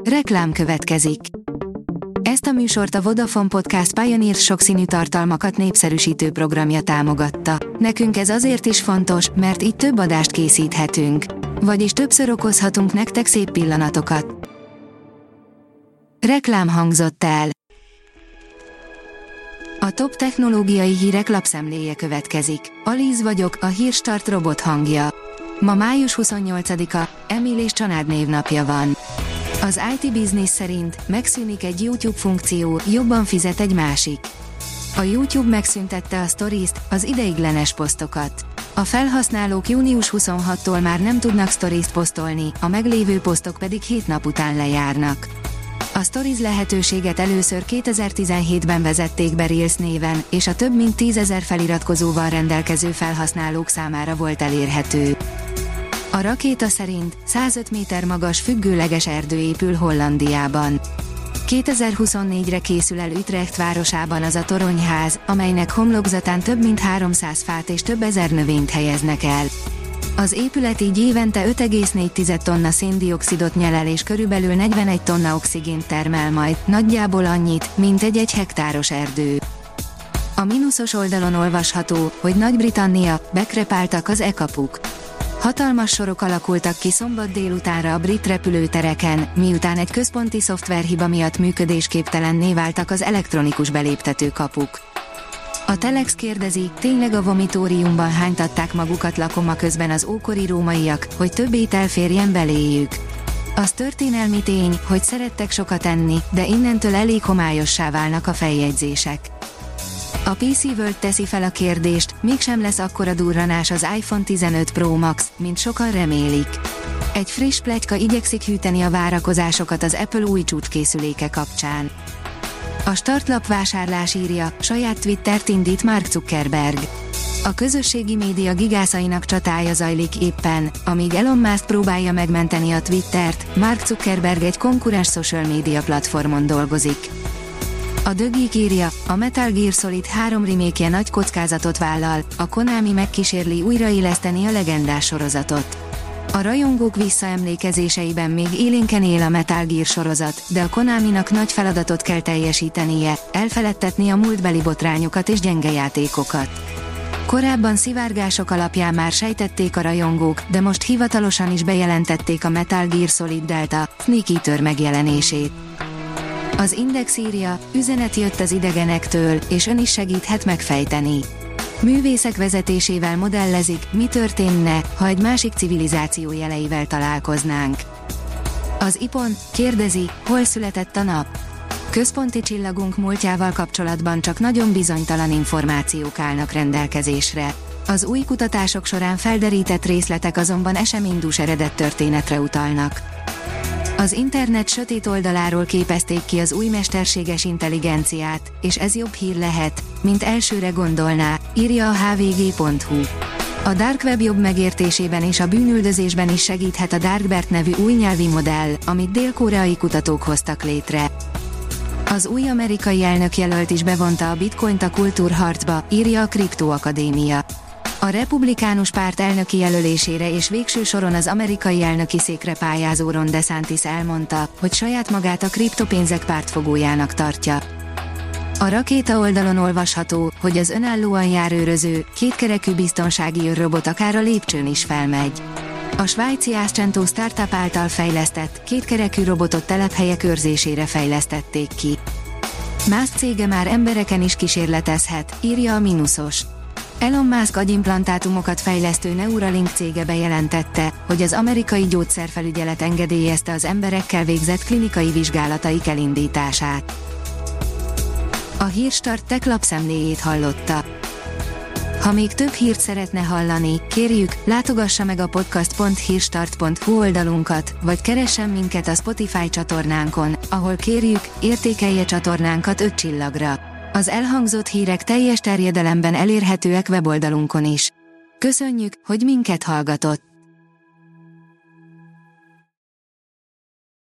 Reklám következik. Ezt a műsort a Vodafone Podcast Pioneer sokszínű tartalmakat népszerűsítő programja támogatta. Nekünk ez azért is fontos, mert így több adást készíthetünk. Vagyis többször okozhatunk nektek szép pillanatokat. Reklám hangzott el. A top technológiai hírek lapszemléje következik. Alíz vagyok, a Hírstart robot hangja. Ma május 28-a, Emil és Csanád névnapja van. Az IT Business szerint megszűnik egy YouTube funkció, jobban fizet egy másik. A YouTube megszüntette a Stories-t, az ideiglenes posztokat. A felhasználók június 26-tól már nem tudnak Stories-t posztolni, a meglévő posztok pedig 7 nap után lejárnak. A Stories lehetőséget először 2017-ben vezették be Reels néven, és a több mint 10 000 feliratkozóval rendelkező felhasználók számára volt elérhető. A rakéta szerint 105 méter magas függőleges erdő épül Hollandiában. 2024-re készül el Utrecht városában az a toronyház, amelynek homlokzatán több mint 300 fát és több ezer növényt helyeznek el. Az épület így évente 5,4 tonna széndioxidot nyel el és körülbelül 41 tonna oxigént termel majd, nagyjából annyit, mint egy 1 hektáros erdő. A mínuszos oldalon olvasható, hogy Nagy-Britannia, bekrepáltak az e-kapuk. Hatalmas sorok alakultak ki szombat délutánra a brit repülőtereken, miután egy központi szoftverhiba miatt működésképtelenné váltak az elektronikus beléptető kapuk. A Telex kérdezi, tényleg a vomitóriumban hánytatták magukat lakoma közben az ókori rómaiak, hogy több étel férjen beléjük. Az történelmi tény, hogy szerettek sokat enni, de innentől elég homályossá válnak a feljegyzések. A PC World teszi fel a kérdést, mégsem lesz akkora durranás az iPhone 15 Pro Max, mint sokan remélik. Egy friss pletyka igyekszik hűteni a várakozásokat az Apple új csúcskészüléke kapcsán. A startlap vásárlás írja, saját Twittert indít Mark Zuckerberg. A közösségi média gigászainak csatája zajlik éppen, amíg Elon Musk próbálja megmenteni a Twittert, Mark Zuckerberg egy konkurens social media platformon dolgozik. A The Geek írja, a Metal Gear Solid 3 remake-je nagy kockázatot vállal, a Konami megkísérli újraéleszteni a legendás sorozatot. A rajongók visszaemlékezéseiben még élénken él a Metal Gear sorozat, de a Konaminak nagy feladatot kell teljesítenie, elfeledtetni a múltbeli botrányokat és gyenge játékokat. Korábban szivárgások alapján már sejtették a rajongók, de most hivatalosan is bejelentették a Metal Gear Solid Delta, Snake Eater megjelenését. Az Index írja, üzenet jött az idegenektől, és ön is segíthet megfejteni. Művészek vezetésével modellezik, mi történne, ha egy másik civilizáció jeleivel találkoznánk. Az IPON kérdezi, hol született a nap? Központi csillagunk múltjával kapcsolatban csak nagyon bizonytalan információk állnak rendelkezésre. Az új kutatások során felderített részletek azonban eseménydús eredet történetre utalnak. Az internet sötét oldaláról képezték ki az új mesterséges intelligenciát, és ez jobb hír lehet, mint elsőre gondolná, írja a hvg.hu. A Dark Web jobb megértésében és a bűnüldözésben is segíthet a Darkbert nevű új nyelvi modell, amit dél-koreai kutatók hoztak létre. Az új amerikai elnökjelölt is bevonta a bitcoint a kultúrharcba, írja a Kriptoakadémia. A republikánus párt elnöki jelölésére és végső soron az amerikai elnöki székre pályázó Ron DeSantis elmondta, hogy saját magát a kriptopénzek pártfogójának tartja. A rakéta oldalon olvasható, hogy az önállóan járőröző, kétkerekű biztonsági őrrobot akár a lépcsőn is felmegy. A svájci Ascento startup által fejlesztett, kétkerekű robotot telephelyek őrzésére fejlesztették ki. Musk cége már embereken is kísérletezhet, írja a Minusos. Elon Musk agyimplantátumokat fejlesztő Neuralink cége bejelentette, hogy az amerikai gyógyszerfelügyelet engedélyezte az emberekkel végzett klinikai vizsgálataik elindítását. A Hírstart tech lapszemléjét hallotta. Ha még több hírt szeretne hallani, kérjük, látogassa meg a podcast.hírstart.hu oldalunkat, vagy keressen minket a Spotify csatornánkon, ahol kérjük, értékelje csatornánkat 5 csillagra. Az elhangzott hírek teljes terjedelemben elérhetőek weboldalunkon is. Köszönjük, hogy minket hallgatott!